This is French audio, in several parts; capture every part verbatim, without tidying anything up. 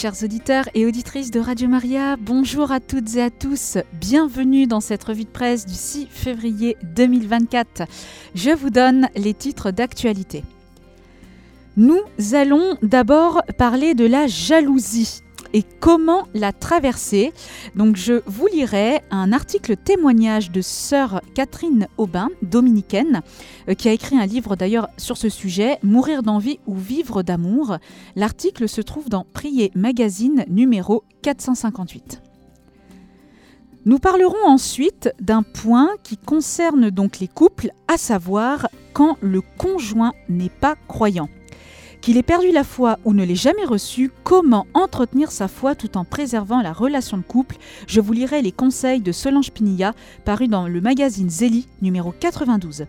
chers auditeurs et auditrices de Radio Maria, bonjour à toutes et à tous, bienvenue dans cette revue de presse du six février deux mille vingt-quatre. Je vous donne les titres d'actualité. Nous allons d'abord parler de la jalousie et comment la traverser. Donc je vous lirai un article témoignage de sœur Catherine Aubin, dominicaine, euh, qui a écrit un livre d'ailleurs sur ce sujet, Mourir d'envie ou vivre d'amour. L'article se trouve dans Prier Magazine numéro quatre cent cinquante-huit. Nous parlerons ensuite d'un point qui concerne donc les couples, à savoir quand le conjoint n'est pas croyant. Qu'il ait perdu la foi ou ne l'ait jamais reçue, comment entretenir sa foi tout en préservant la relation de couple. Je vous lirai les conseils de Solange Pinilla, paru dans le magazine Zélie, numéro quatre-vingt-douze.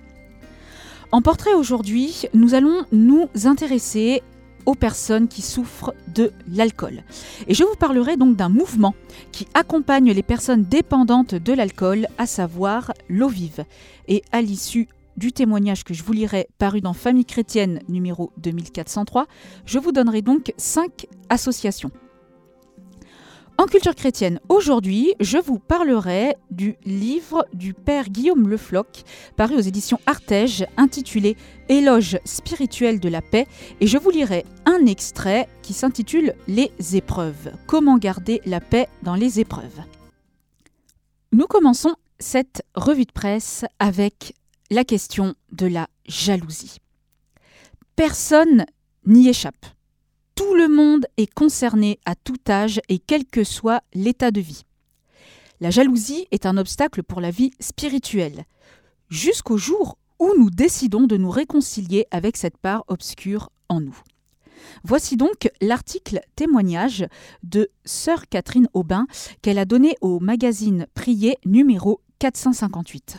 En portrait aujourd'hui, nous allons nous intéresser aux personnes qui souffrent de l'alcool. Et je vous parlerai donc d'un mouvement qui accompagne les personnes dépendantes de l'alcool, à savoir l'eau vive. Et à l'issue du témoignage que je vous lirai paru dans Famille chrétienne numéro deux mille quatre cent trois, je vous donnerai donc cinq associations. En culture chrétienne, aujourd'hui, je vous parlerai du livre du père Guillaume Le Floch, paru aux éditions Artege, intitulé « Éloge spirituel de la paix » et je vous lirai un extrait qui s'intitule « Les épreuves ». Comment garder la paix dans les épreuves. Nous commençons cette revue de presse avec la question de la jalousie. Personne n'y échappe. Tout le monde est concerné à tout âge et quel que soit l'état de vie. La jalousie est un obstacle pour la vie spirituelle, jusqu'au jour où nous décidons de nous réconcilier avec cette part obscure en nous. Voici donc l'article témoignage de sœur Catherine Aubin qu'elle a donné au magazine Prier numéro quatre cent cinquante-huit.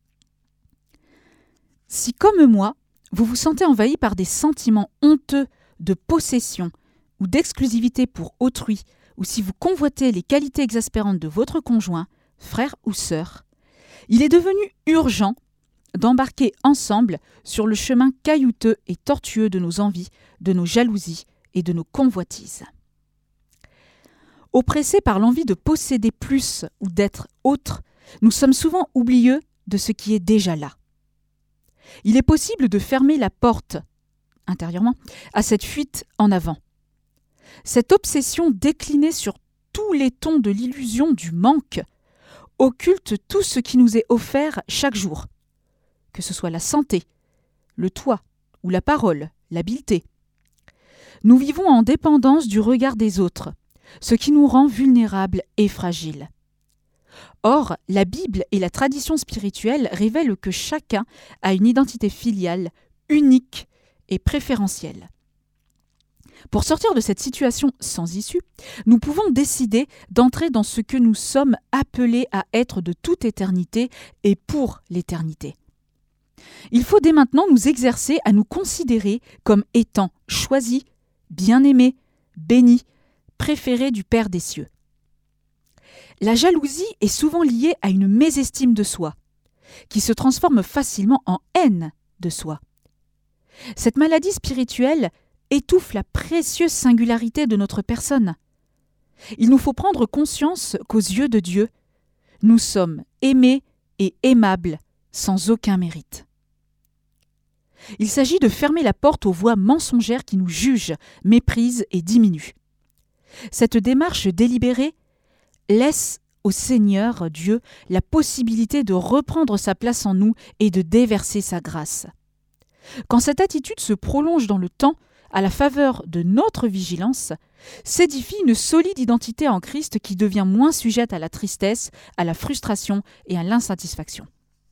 Si, comme moi, vous vous sentez envahi par des sentiments honteux de possession ou d'exclusivité pour autrui, ou si vous convoitez les qualités exaspérantes de votre conjoint, frère ou sœur, il est devenu urgent d'embarquer ensemble sur le chemin caillouteux et tortueux de nos envies, de nos jalousies et de nos convoitises. Oppressés par l'envie de posséder plus ou d'être autre, nous sommes souvent oublieux de ce qui est déjà là. Il est possible de fermer la porte, intérieurement, à cette fuite en avant. Cette obsession déclinée sur tous les tons de l'illusion du manque occulte tout ce qui nous est offert chaque jour, que ce soit la santé, le toit ou la parole, l'habileté. Nous vivons en dépendance du regard des autres, ce qui nous rend vulnérables et fragiles. Or, la Bible et la tradition spirituelle révèlent que chacun a une identité filiale, unique et préférentielle. Pour sortir de cette situation sans issue, nous pouvons décider d'entrer dans ce que nous sommes appelés à être de toute éternité et pour l'éternité. Il faut dès maintenant nous exercer à nous considérer comme étant choisis, bien-aimés, bénis, préférés du Père des cieux. La jalousie est souvent liée à une mésestime de soi, qui se transforme facilement en haine de soi. Cette maladie spirituelle étouffe la précieuse singularité de notre personne. Il nous faut prendre conscience qu'aux yeux de Dieu, nous sommes aimés et aimables sans aucun mérite. Il s'agit de fermer la porte aux voix mensongères qui nous jugent, méprisent et diminuent. Cette démarche délibérée laisse au Seigneur Dieu la possibilité de reprendre sa place en nous et de déverser sa grâce. Quand cette attitude se prolonge dans le temps, à la faveur de notre vigilance, s'édifie une solide identité en Christ qui devient moins sujette à la tristesse, à la frustration et à l'insatisfaction.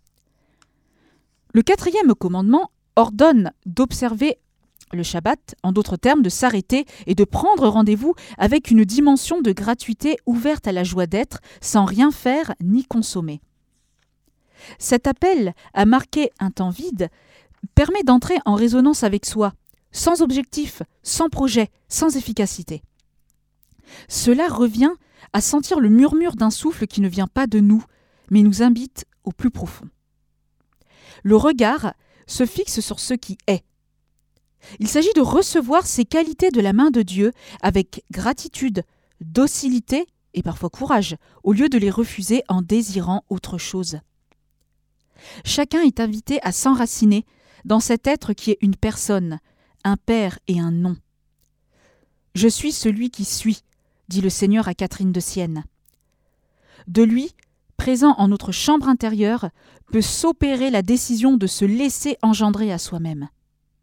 Le quatrième commandement ordonne d'observer le Shabbat, en d'autres termes, de s'arrêter et de prendre rendez-vous avec une dimension de gratuité ouverte à la joie d'être, sans rien faire ni consommer. Cet appel à marquer un temps vide permet d'entrer en résonance avec soi, sans objectif, sans projet, sans efficacité. Cela revient à sentir le murmure d'un souffle qui ne vient pas de nous, mais nous invite au plus profond. Le regard se fixe sur ce qui est. Il s'agit de recevoir ces qualités de la main de Dieu avec gratitude, docilité et parfois courage, au lieu de les refuser en désirant autre chose. Chacun est invité à s'enraciner dans cet être qui est une personne, un père et un nom. « Je suis celui qui suis », dit le Seigneur à Catherine de Sienne. De lui, présent en notre chambre intérieure, peut s'opérer la décision de se laisser engendrer à soi-même.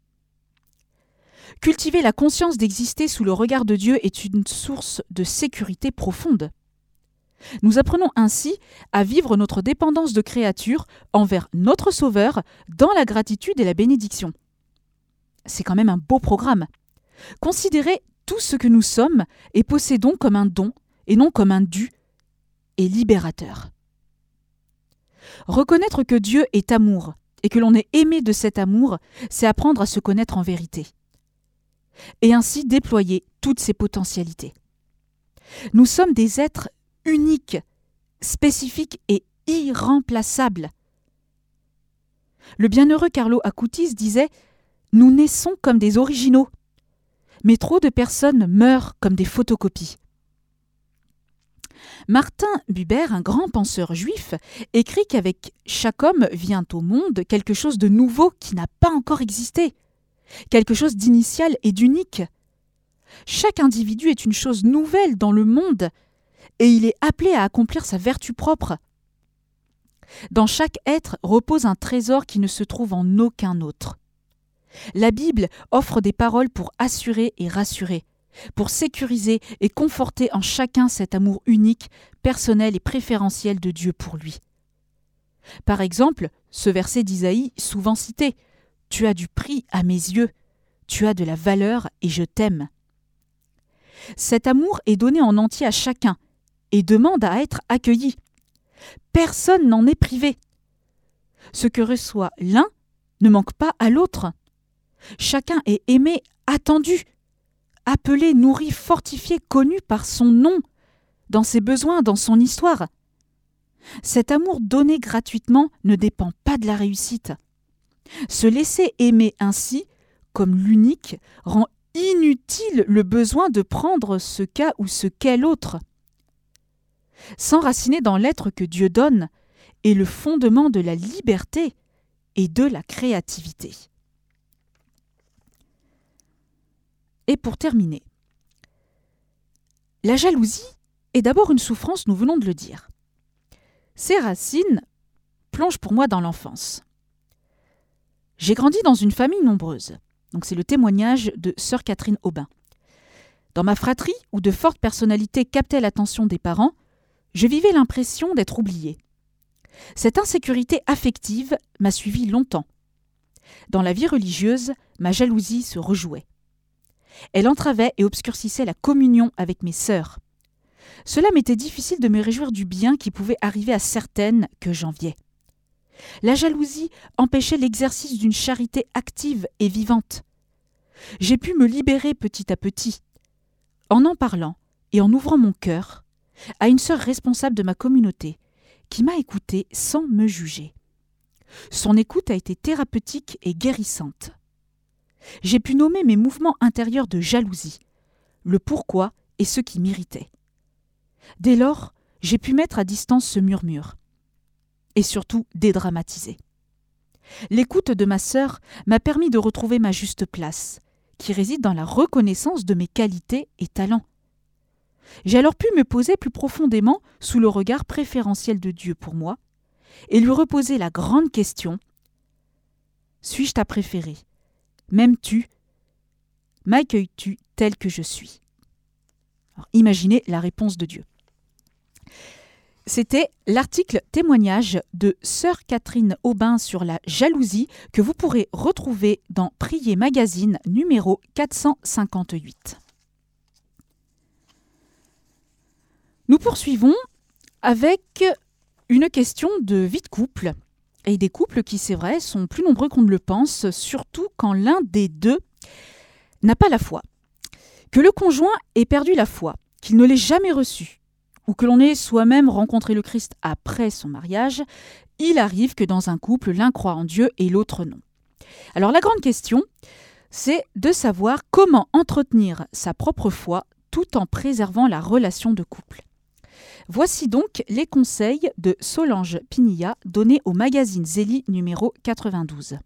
Cultiver la conscience d'exister sous le regard de Dieu est une source de sécurité profonde. Nous apprenons ainsi à vivre notre dépendance de créature envers notre Sauveur dans la gratitude et la bénédiction. C'est quand même un beau programme. Considérez tout ce que nous sommes et possédons comme un don et non comme un dû et libérateur. Reconnaître que Dieu est amour et que l'on est aimé de cet amour, c'est apprendre à se connaître en vérité et ainsi déployer toutes ses potentialités. Nous sommes des êtres uniques, spécifiques et irremplaçables. Le bienheureux Carlo Acutis disait « Nous naissons comme des originaux, mais trop de personnes meurent comme des photocopies. » Martin Buber, un grand penseur juif, écrit qu'avec chaque homme vient au monde quelque chose de nouveau qui n'a pas encore existé, quelque chose d'initial et d'unique. Chaque individu est une chose nouvelle dans le monde et il est appelé à accomplir sa vertu propre. Dans chaque être repose un trésor qui ne se trouve en aucun autre. La Bible offre des paroles pour assurer et rassurer, pour sécuriser et conforter en chacun cet amour unique, personnel et préférentiel de Dieu pour lui. Par exemple, ce verset d'Isaïe souvent cité « Tu as du prix à mes yeux, tu as de la valeur et je t'aime ». Cet amour est donné en entier à chacun et demande à être accueilli. Personne n'en est privé. Ce que reçoit l'un ne manque pas à l'autre. Chacun est aimé, attendu, appelé, nourri, fortifié, connu par son nom, dans ses besoins, dans son histoire. Cet amour donné gratuitement ne dépend pas de la réussite. Se laisser aimer ainsi, comme l'unique, rend inutile le besoin de prendre ce qu'a ou ce qu'est l'autre. S'enraciner dans l'être que Dieu donne est le fondement de la liberté et de la créativité. Et pour terminer, la jalousie est d'abord une souffrance, nous venons de le dire. Ses racines plongent pour moi dans l'enfance. J'ai grandi dans une famille nombreuse. Donc c'est le témoignage de sœur Catherine Aubin. Dans ma fratrie, où de fortes personnalités captaient l'attention des parents, je vivais l'impression d'être oubliée. Cette insécurité affective m'a suivie longtemps. Dans la vie religieuse, ma jalousie se rejouait. Elle entravait et obscurcissait la communion avec mes sœurs. Cela m'était difficile de me réjouir du bien qui pouvait arriver à certaines que j'enviais. La jalousie empêchait l'exercice d'une charité active et vivante. J'ai pu me libérer petit à petit, en en parlant et en ouvrant mon cœur à une sœur responsable de ma communauté qui m'a écoutée sans me juger. Son écoute a été thérapeutique et guérissante. J'ai pu nommer mes mouvements intérieurs de jalousie, le pourquoi et ce qui m'irritait. Dès lors, j'ai pu mettre à distance ce murmure et surtout dédramatiser. L'écoute de ma sœur m'a permis de retrouver ma juste place, qui réside dans la reconnaissance de mes qualités et talents. J'ai alors pu me poser plus profondément sous le regard préférentiel de Dieu pour moi et lui reposer la grande question : suis-je ta préférée ? M'aimes-tu ? M'accueilles-tu tel que je suis ? Alors, imaginez la réponse de Dieu. C'était l'article témoignage de sœur Catherine Aubin sur la jalousie que vous pourrez retrouver dans Prier Magazine numéro quatre cent cinquante-huit. Nous poursuivons avec une question de vie de couple et des couples qui, c'est vrai, sont plus nombreux qu'on ne le pense, surtout quand l'un des deux n'a pas la foi. Que le conjoint ait perdu la foi, qu'il ne l'ait jamais reçue, ou que l'on ait soi-même rencontré le Christ après son mariage, il arrive que dans un couple, l'un croit en Dieu et l'autre non. Alors la grande question, c'est de savoir comment entretenir sa propre foi tout en préservant la relation de couple. Voici donc les conseils de Solange Pinilla donnés au magazine Zélie numéro quatre-vingt-douze.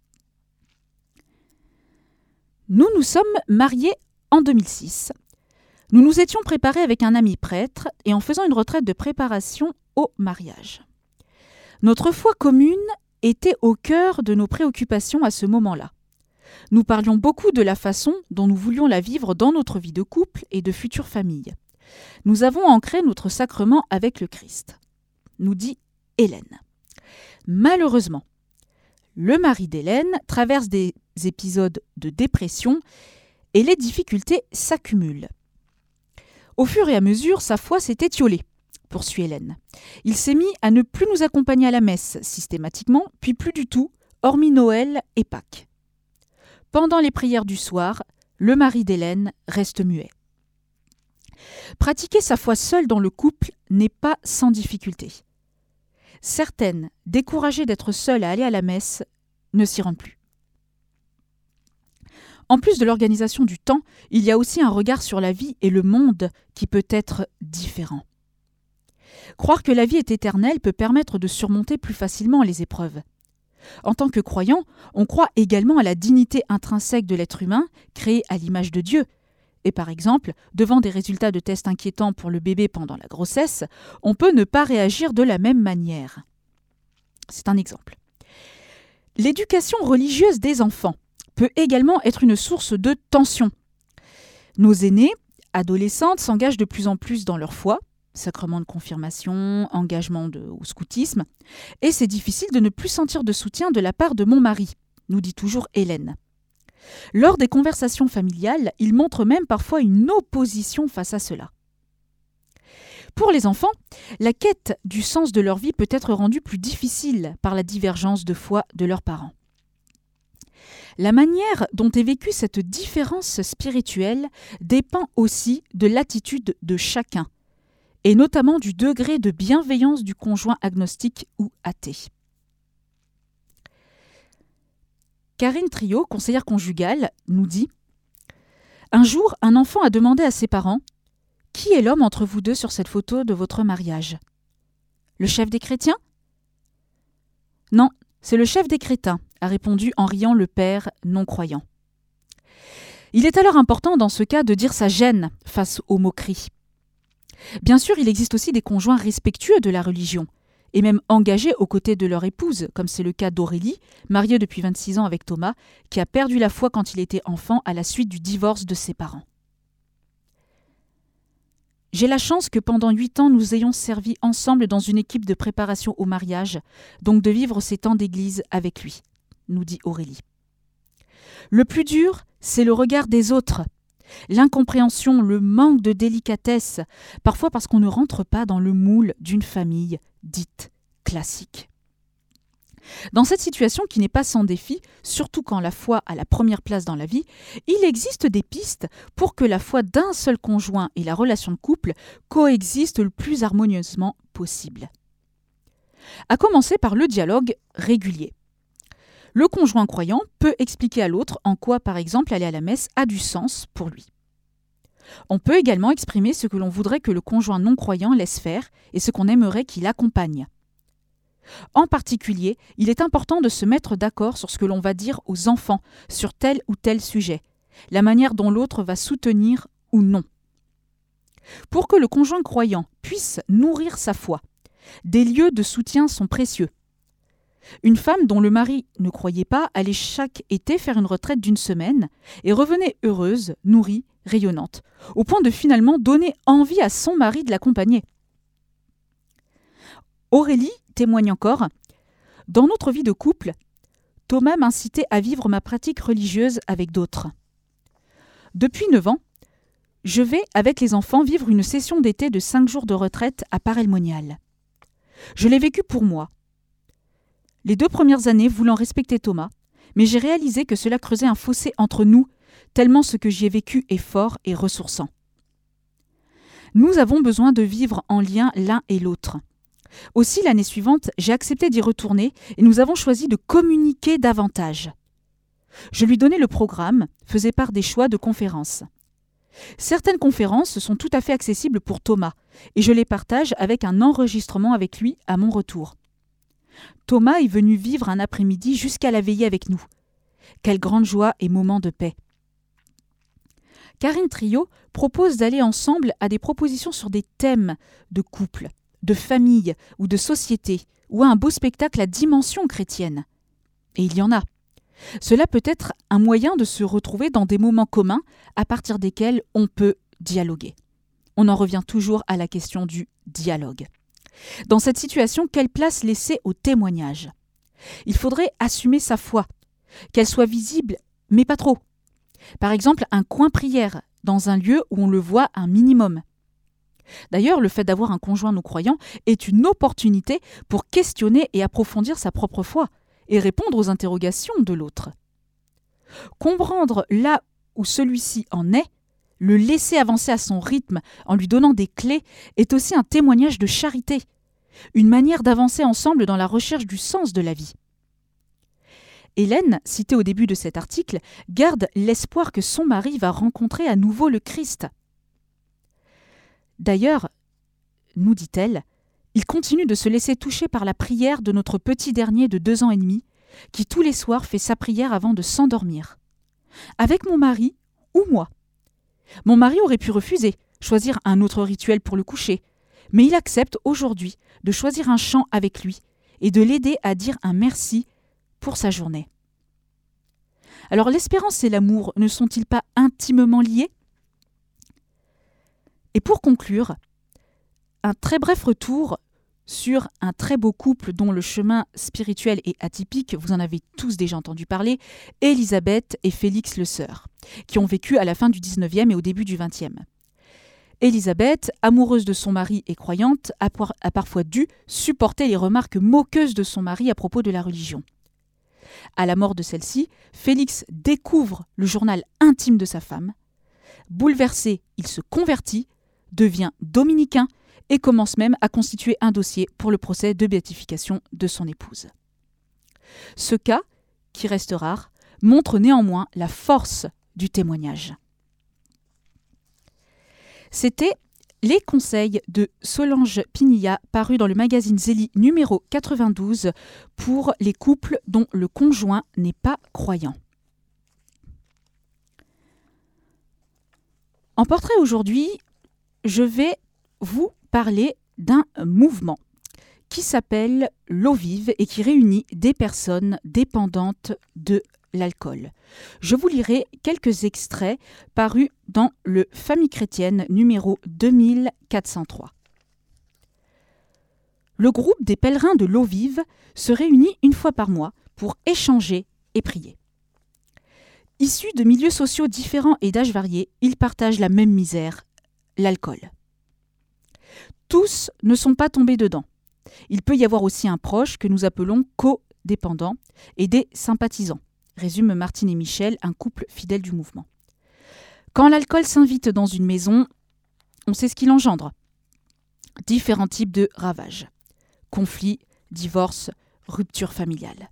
Nous nous sommes mariés en deux mille six. Nous nous étions préparés avec un ami prêtre et en faisant une retraite de préparation au mariage. Notre foi commune était au cœur de nos préoccupations à ce moment-là. Nous parlions beaucoup de la façon dont nous voulions la vivre dans notre vie de couple et de future famille. Nous avons ancré notre sacrement avec le Christ, nous dit Hélène. Malheureusement, le mari d'Hélène traverse des épisodes de dépression et les difficultés s'accumulent. Au fur et à mesure, sa foi s'est étiolée, poursuit Hélène. Il s'est mis à ne plus nous accompagner à la messe systématiquement, puis plus du tout, hormis Noël et Pâques. Pendant les prières du soir, le mari d'Hélène reste muet. Pratiquer sa foi seule dans le couple n'est pas sans difficulté. Certaines, découragées d'être seules à aller à la messe, ne s'y rendent plus. En plus de l'organisation du temps, il y a aussi un regard sur la vie et le monde qui peut être différent. Croire que la vie est éternelle peut permettre de surmonter plus facilement les épreuves. En tant que croyant, on croit également à la dignité intrinsèque de l'être humain, créé à l'image de Dieu. Et par exemple, devant des résultats de tests inquiétants pour le bébé pendant la grossesse, on peut ne pas réagir de la même manière. C'est un exemple. L'éducation religieuse des enfants peut également être une source de tension. Nos aînés, adolescentes, s'engagent de plus en plus dans leur foi, sacrement de confirmation, engagement de, au scoutisme, et c'est difficile de ne plus sentir de soutien de la part de mon mari, nous dit toujours Hélène. Lors des conversations familiales, il montre même parfois une opposition face à cela. Pour les enfants, la quête du sens de leur vie peut être rendue plus difficile par la divergence de foi de leurs parents. La manière dont est vécue cette différence spirituelle dépend aussi de l'attitude de chacun, et notamment du degré de bienveillance du conjoint agnostique ou athée. Karine Trio, conseillère conjugale, nous dit « Un jour, un enfant a demandé à ses parents « Qui est l'homme entre vous deux sur cette photo de votre mariage ? Le chef des chrétiens ? » « Non, c'est le chef des crétins », a répondu en riant le père non-croyant. Il est alors important dans ce cas de dire sa gêne face aux moqueries. Bien sûr, il existe aussi des conjoints respectueux de la religion, et même engagés aux côtés de leur épouse, comme c'est le cas d'Aurélie, mariée depuis vingt-six ans avec Thomas, qui a perdu la foi quand il était enfant à la suite du divorce de ses parents. J'ai la chance que pendant huit ans, nous ayons servi ensemble dans une équipe de préparation au mariage, donc de vivre ces temps d'église avec lui, nous dit Aurélie. Le plus dur, c'est le regard des autres, l'incompréhension, le manque de délicatesse, parfois parce qu'on ne rentre pas dans le moule d'une famille dite classique. Dans cette situation qui n'est pas sans défi, surtout quand la foi a la première place dans la vie, il existe des pistes pour que la foi d'un seul conjoint et la relation de couple coexistent le plus harmonieusement possible. À commencer par le dialogue régulier. Le conjoint croyant peut expliquer à l'autre en quoi, par exemple, aller à la messe a du sens pour lui. On peut également exprimer ce que l'on voudrait que le conjoint non-croyant laisse faire et ce qu'on aimerait qu'il accompagne. En particulier, il est important de se mettre d'accord sur ce que l'on va dire aux enfants sur tel ou tel sujet, la manière dont l'autre va soutenir ou non. Pour que le conjoint croyant puisse nourrir sa foi, des lieux de soutien sont précieux. Une femme dont le mari ne croyait pas allait chaque été faire une retraite d'une semaine et revenait heureuse, nourrie, rayonnante, au point de finalement donner envie à son mari de l'accompagner. Aurélie témoigne encore « Dans notre vie de couple, Thomas m'incitait à vivre ma pratique religieuse avec d'autres. Depuis neuf ans, je vais, avec les enfants, vivre une session d'été de cinq jours de retraite à Paray-le-Monial. Je l'ai vécu pour moi. Les deux premières années voulant respecter Thomas, mais j'ai réalisé que cela creusait un fossé entre nous, tellement ce que j'y ai vécu est fort et ressourçant. Nous avons besoin de vivre en lien l'un et l'autre. Aussi, l'année suivante, j'ai accepté d'y retourner et nous avons choisi de communiquer davantage. Je lui donnais le programme, faisais part des choix de conférences. Certaines conférences sont tout à fait accessibles pour Thomas, et je les partage avec un enregistrement avec lui à mon retour. Thomas est venu vivre un après-midi jusqu'à la veillée avec nous. Quelle grande joie et moment de paix. Karine Trio propose d'aller ensemble à des propositions sur des thèmes de couple, de famille ou de société, ou à un beau spectacle à dimension chrétienne. Et il y en a. Cela peut être un moyen de se retrouver dans des moments communs à partir desquels on peut dialoguer. On en revient toujours à la question du dialogue. Dans cette situation, quelle place laisser au témoignage ? Il faudrait assumer sa foi, qu'elle soit visible, mais pas trop. Par exemple, un coin prière dans un lieu où on le voit un minimum. D'ailleurs, le fait d'avoir un conjoint non croyant est une opportunité pour questionner et approfondir sa propre foi et répondre aux interrogations de l'autre. Comprendre là où celui-ci en est, le laisser avancer à son rythme en lui donnant des clés est aussi un témoignage de charité, une manière d'avancer ensemble dans la recherche du sens de la vie. Hélène, citée au début de cet article, garde l'espoir que son mari va rencontrer à nouveau le Christ. D'ailleurs, nous dit-elle, il continue de se laisser toucher par la prière de notre petit dernier de deux ans et demi, qui tous les soirs fait sa prière avant de s'endormir. Avec mon mari ou moi. Mon mari aurait pu refuser, choisir un autre rituel pour le coucher, mais il accepte aujourd'hui de choisir un chant avec lui et de l'aider à dire un merci pour sa journée. Alors l'espérance et l'amour ne sont-ils pas intimement liés ? Et pour conclure, un très bref retour sur un très beau couple dont le chemin spirituel est atypique, vous en avez tous déjà entendu parler, Élisabeth et Félix Le Sœur, qui ont vécu à la fin du dix-neuvième et au début du vingtième. Élisabeth, amoureuse de son mari et croyante, a, por- a parfois dû supporter les remarques moqueuses de son mari à propos de la religion. À la mort de celle-ci, Félix découvre le journal intime de sa femme. Bouleversé, il se convertit, devient dominicain et commence même à constituer un dossier pour le procès de béatification de son épouse. Ce cas, qui reste rare, montre néanmoins la force du témoignage. C'était les conseils de Solange Pinilla, parus dans le magazine Zélie numéro quatre-vingt-douze, pour les couples dont le conjoint n'est pas croyant. En portrait aujourd'hui, je vais vous parler d'un mouvement qui s'appelle l'eau vive et qui réunit des personnes dépendantes de l'alcool. Je vous lirai quelques extraits parus dans le Famille chrétienne numéro deux mille quatre cent trois. Le groupe des pèlerins de l'eau vive se réunit une fois par mois pour échanger et prier. Issus de milieux sociaux différents et d'âges variés, ils partagent la même misère, l'alcool. Tous ne sont pas tombés dedans. Il peut y avoir aussi un proche que nous appelons co-dépendant et des sympathisants, résume Martine et Michel, un couple fidèle du mouvement. Quand l'alcool s'invite dans une maison, on sait ce qu'il engendre. Différents types de ravages. Conflits, divorces, ruptures familiales.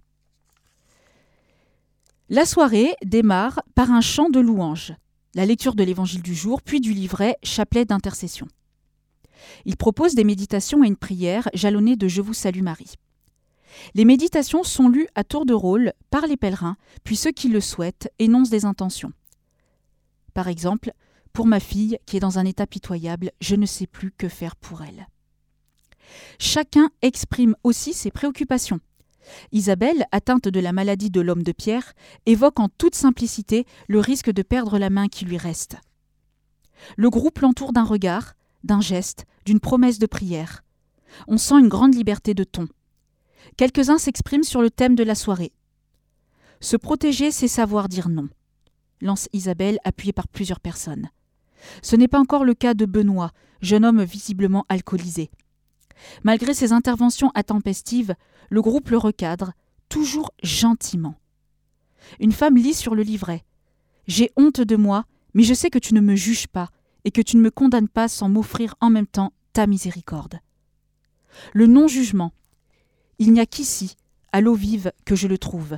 La soirée démarre par un chant de louange, la lecture de l'évangile du jour, puis du livret « Chapelet d'intercession ». Il propose des méditations et une prière jalonnée de « Je vous salue Marie ». Les méditations sont lues à tour de rôle par les pèlerins, puis ceux qui le souhaitent énoncent des intentions. Par exemple, « Pour ma fille qui est dans un état pitoyable, je ne sais plus que faire pour elle ». Chacun exprime aussi ses préoccupations. Isabelle, atteinte de la maladie de l'homme de pierre, évoque en toute simplicité le risque de perdre la main qui lui reste. Le groupe l'entoure d'un regard, d'un geste, d'une promesse de prière. On sent une grande liberté de ton. Quelques-uns s'expriment sur le thème de la soirée. « Se protéger, c'est savoir dire non », lance Isabelle, appuyée par plusieurs personnes. Ce n'est pas encore le cas de Benoît, jeune homme visiblement alcoolisé. Malgré ses interventions intempestives, le groupe le recadre, toujours gentiment. Une femme lit sur le livret « J'ai honte de moi, mais je sais que tu ne me juges pas et que tu ne me condamnes pas sans m'offrir en même temps ta miséricorde. » Le non-jugement. « Il n'y a qu'ici, à l'eau vive, que je le trouve.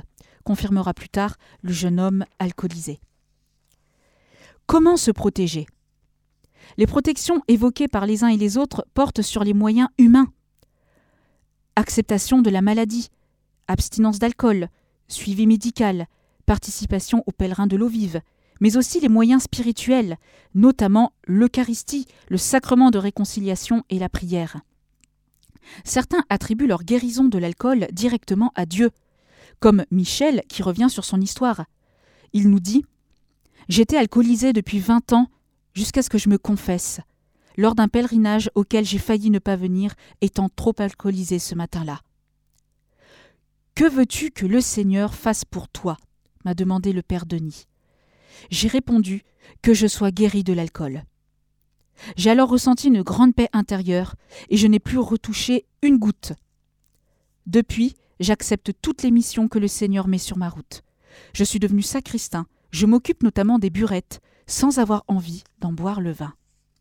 confirmera plus tard le jeune homme alcoolisé. Comment se protéger ? Les protections évoquées par les uns et les autres portent sur les moyens humains. Acceptation de la maladie, abstinence d'alcool, suivi médical, participation aux pèlerins de l'eau vive, mais aussi les moyens spirituels, notamment l'Eucharistie, le sacrement de réconciliation et la prière. Certains attribuent leur guérison de l'alcool directement à Dieu, comme Michel qui revient sur son histoire. Il nous dit « J'étais alcoolisé depuis vingt ans jusqu'à ce que je me confesse, lors d'un pèlerinage auquel j'ai failli ne pas venir, étant trop alcoolisé ce matin-là. »« Que veux-tu que le Seigneur fasse pour toi ?» m'a demandé le père Denis. J'ai répondu que je sois guéri de l'alcool. J'ai alors ressenti une grande paix intérieure et je n'ai plus retouché une goutte. Depuis, j'accepte toutes les missions que le Seigneur met sur ma route. Je suis devenu sacristain, je m'occupe notamment des burettes, sans avoir envie d'en boire le vin.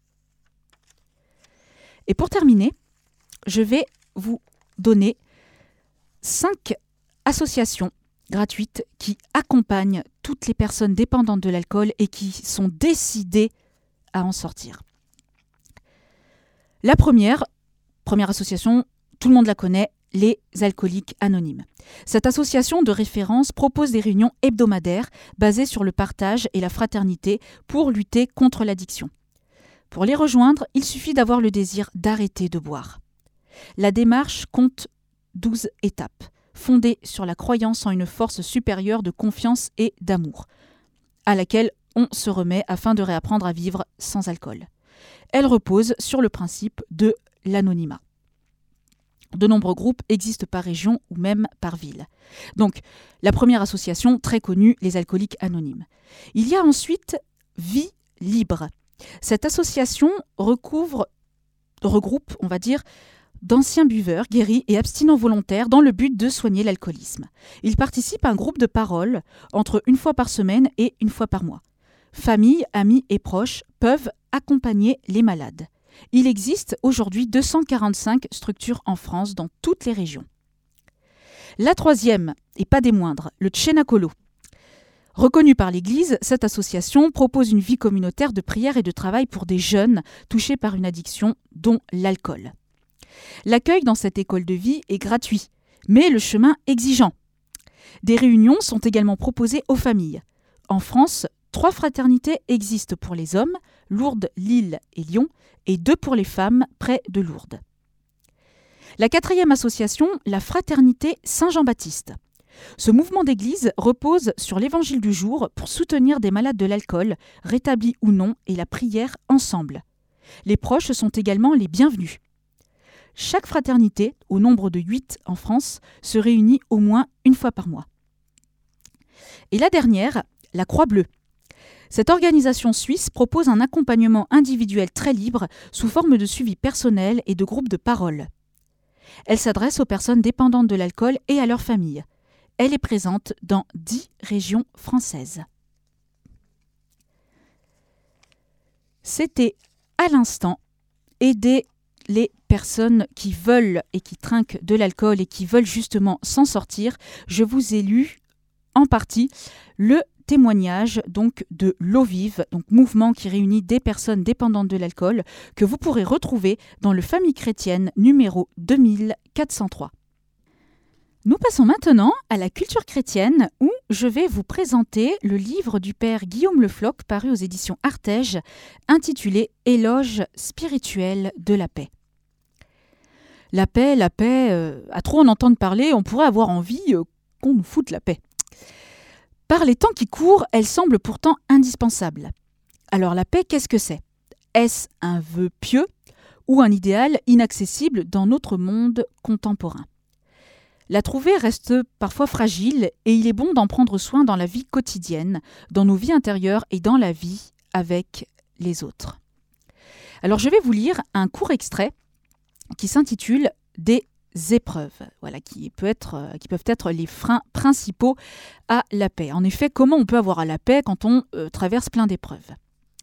Et pour terminer, je vais vous donner cinq associations gratuites qui accompagnent toutes les personnes dépendantes de l'alcool et qui sont décidées à en sortir. La première, première association, tout le monde la connaît, les Alcooliques Anonymes. Cette association de référence propose des réunions hebdomadaires basées sur le partage et la fraternité pour lutter contre l'addiction. Pour les rejoindre, il suffit d'avoir le désir d'arrêter de boire. La démarche compte douze étapes, fondée sur la croyance en une force supérieure de confiance et d'amour, à laquelle on se remet afin de réapprendre à vivre sans alcool. Elle repose sur le principe de l'anonymat. De nombreux groupes existent par région ou même par ville. Donc, la première association, très connue, les Alcooliques Anonymes. Il y a ensuite Vie Libre. Cette association recouvre, regroupe, on va dire, d'anciens buveurs, guéris et abstinents volontaires dans le but de soigner l'alcoolisme. Ils participent à un groupe de parole entre une fois par semaine et une fois par mois. Familles, amis et proches peuvent accompagner les malades. Il existe aujourd'hui deux cent quarante-cinq structures en France dans toutes les régions. La troisième, et pas des moindres, le Cenacolo. Reconnue par l'Église, cette association propose une vie communautaire de prière et de travail pour des jeunes touchés par une addiction, dont l'alcool. L'accueil dans cette école de vie est gratuit, mais le chemin exigeant. Des réunions sont également proposées aux familles. En France, trois fraternités existent pour les hommes, Lourdes, Lille et Lyon, et deux pour les femmes près de Lourdes. La quatrième association, la Fraternité Saint-Jean-Baptiste. Ce mouvement d'église repose sur l'évangile du jour pour soutenir des malades de l'alcool, rétablis ou non, et la prière ensemble. Les proches sont également les bienvenus. Chaque fraternité, au nombre de huit en France, se réunit au moins une fois par mois. Et la dernière, la Croix-Bleue. Cette organisation suisse propose un accompagnement individuel très libre sous forme de suivi personnel et de groupes de parole. Elle s'adresse aux personnes dépendantes de l'alcool et à leurs familles. Elle est présente dans dix régions françaises. C'était à l'instant aider les personnes qui veulent et qui trinquent de l'alcool et qui veulent justement s'en sortir. Je vous ai lu en partie le témoignage donc de l'eau vive, donc mouvement qui réunit des personnes dépendantes de l'alcool, que vous pourrez retrouver dans le Famille chrétienne numéro deux mille quatre cent trois. Nous passons maintenant à la culture chrétienne où je vais vous présenter le livre du père Guillaume Le Floch paru aux éditions Artege intitulé « Éloge spirituel de la paix ». La paix, la paix, euh, à trop en entendre parler, on pourrait avoir envie euh, qu'on nous foute la paix. Par les temps qui courent, elle semble pourtant indispensable. Alors la paix, qu'est-ce que c'est ? Est-ce un vœu pieux ou un idéal inaccessible dans notre monde contemporain ? La trouver reste parfois fragile et il est bon d'en prendre soin dans la vie quotidienne, dans nos vies intérieures et dans la vie avec les autres. Alors je vais vous lire un court extrait qui s'intitule « Des épreuves », voilà, qui, peut être, qui peuvent être les freins principaux à la paix. En effet, comment on peut avoir à la paix quand on euh, traverse plein d'épreuves ?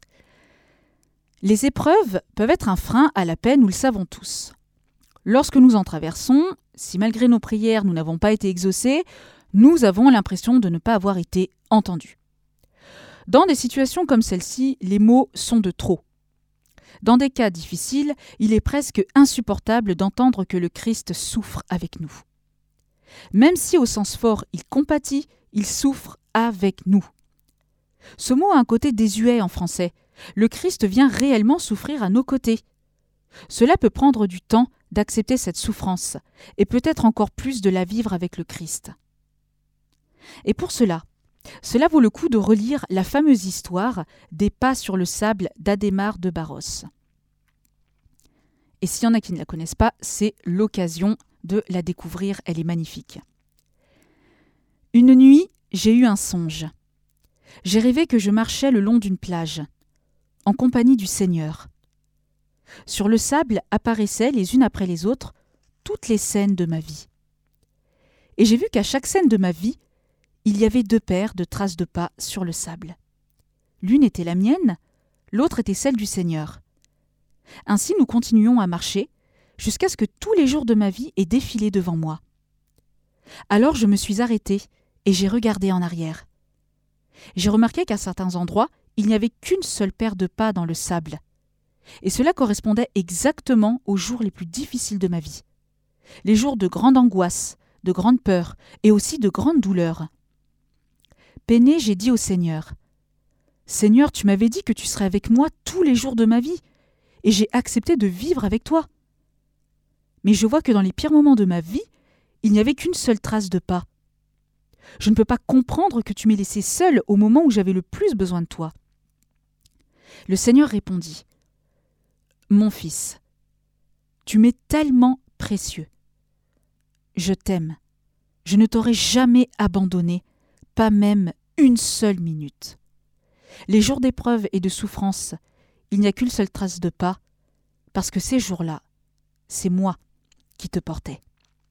Les épreuves peuvent être un frein à la paix, nous le savons tous. Lorsque nous en traversons, si malgré nos prières nous n'avons pas été exaucés, nous avons l'impression de ne pas avoir été entendus. Dans des situations comme celle-ci, les mots sont de trop. Dans des cas difficiles, il est presque insupportable d'entendre que le Christ souffre avec nous. Même si au sens fort il compatit, il souffre avec nous. Ce mot a un côté désuet en français. Le Christ vient réellement souffrir à nos côtés. Cela peut prendre du temps d'accepter cette souffrance, et peut-être encore plus de la vivre avec le Christ. Et pour cela, cela vaut le coup de relire la fameuse histoire des pas sur le sable d'Adhémar de Barros. Et s'il y en a qui ne la connaissent pas, c'est l'occasion de la découvrir, elle est magnifique. Une nuit, j'ai eu un songe. J'ai rêvé que je marchais le long d'une plage, en compagnie du Seigneur. Sur le sable apparaissaient les unes après les autres toutes les scènes de ma vie. Et j'ai vu qu'à chaque scène de ma vie, il y avait deux paires de traces de pas sur le sable. L'une était la mienne, l'autre était celle du Seigneur. Ainsi nous continuions à marcher, jusqu'à ce que tous les jours de ma vie aient défilé devant moi. Alors je me suis arrêtée et j'ai regardé en arrière. J'ai remarqué qu'à certains endroits, il n'y avait qu'une seule paire de pas dans le sable. Et cela correspondait exactement aux jours les plus difficiles de ma vie. Les jours de grande angoisse, de grande peur et aussi de grande douleur. Peiné, j'ai dit au Seigneur, « Seigneur, tu m'avais dit que tu serais avec moi tous les jours de ma vie, et j'ai accepté de vivre avec toi. Mais je vois que dans les pires moments de ma vie, il n'y avait qu'une seule trace de pas. Je ne peux pas comprendre que tu m'aies laissé seule au moment où j'avais le plus besoin de toi. » Le Seigneur répondit, « Mon fils, tu m'es tellement précieux. Je t'aime. Je ne t'aurai jamais abandonné, pas même une seule minute. Les jours d'épreuve et de souffrance, il n'y a qu'une seule trace de pas, parce que ces jours-là, c'est moi qui te portais. »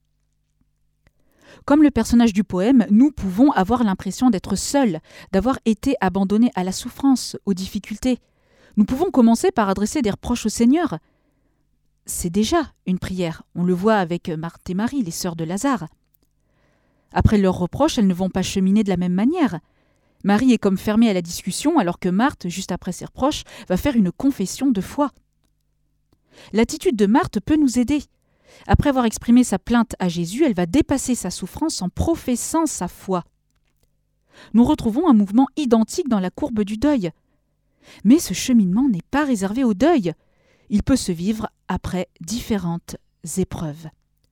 Comme le personnage du poème, nous pouvons avoir l'impression d'être seuls, d'avoir été abandonnés à la souffrance, aux difficultés. Nous pouvons commencer par adresser des reproches au Seigneur. C'est déjà une prière, on le voit avec Marthe et Marie, les sœurs de Lazare. Après leurs reproches, elles ne vont pas cheminer de la même manière. Marie est comme fermée à la discussion, alors que Marthe, juste après ses reproches, va faire une confession de foi. L'attitude de Marthe peut nous aider. Après avoir exprimé sa plainte à Jésus, elle va dépasser sa souffrance en professant sa foi. Nous retrouvons un mouvement identique dans la courbe du deuil. Mais ce cheminement n'est pas réservé au deuil. Il peut se vivre après différentes épreuves.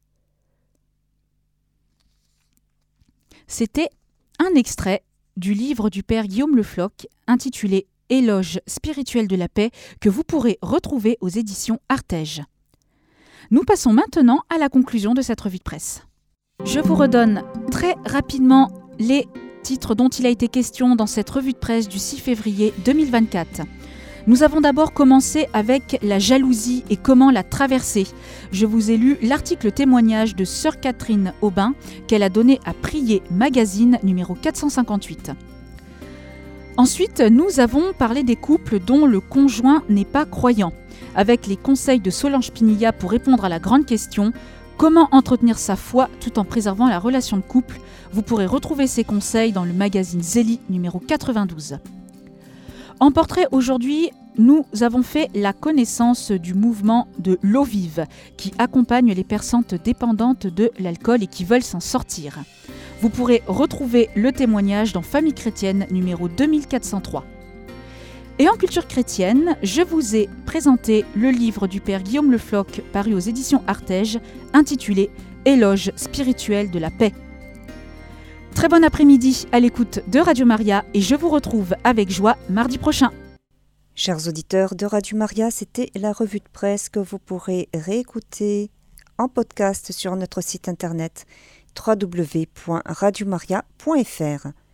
C'était un extrait du livre du père Guillaume Le Floch intitulé « Éloge spirituel de la paix » que vous pourrez retrouver aux éditions Artege. Nous passons maintenant à la conclusion de cette revue de presse. Je vous redonne très rapidement les titres dont il a été question dans cette revue de presse du six février deux mille vingt-quatre. Nous avons d'abord commencé avec la jalousie et comment la traverser. Je vous ai lu l'article témoignage de sœur Catherine Aubin qu'elle a donné à Prier Magazine numéro quatre cent cinquante-huit. Ensuite, nous avons parlé des couples dont le conjoint n'est pas croyant, avec les conseils de Solange Pinilla pour répondre à la grande question « Comment entretenir sa foi tout en préservant la relation de couple ?» Vous pourrez retrouver ces conseils dans le magazine Zélie numéro quatre-vingt-douze. En portrait aujourd'hui, nous avons fait la connaissance du mouvement de l'eau vive qui accompagne les personnes dépendantes de l'alcool et qui veulent s'en sortir. Vous pourrez retrouver le témoignage dans Famille chrétienne numéro deux mille quatre cent trois. Et en culture chrétienne, je vous ai présenté le livre du père Guillaume Le Floch paru aux éditions Artege intitulé « Éloge spirituel de la paix ». Très bon après-midi à l'écoute de Radio Maria et je vous retrouve avec joie mardi prochain. Chers auditeurs de Radio Maria, c'était la revue de presse que vous pourrez réécouter en podcast sur notre site internet w w w point radio maria point f r.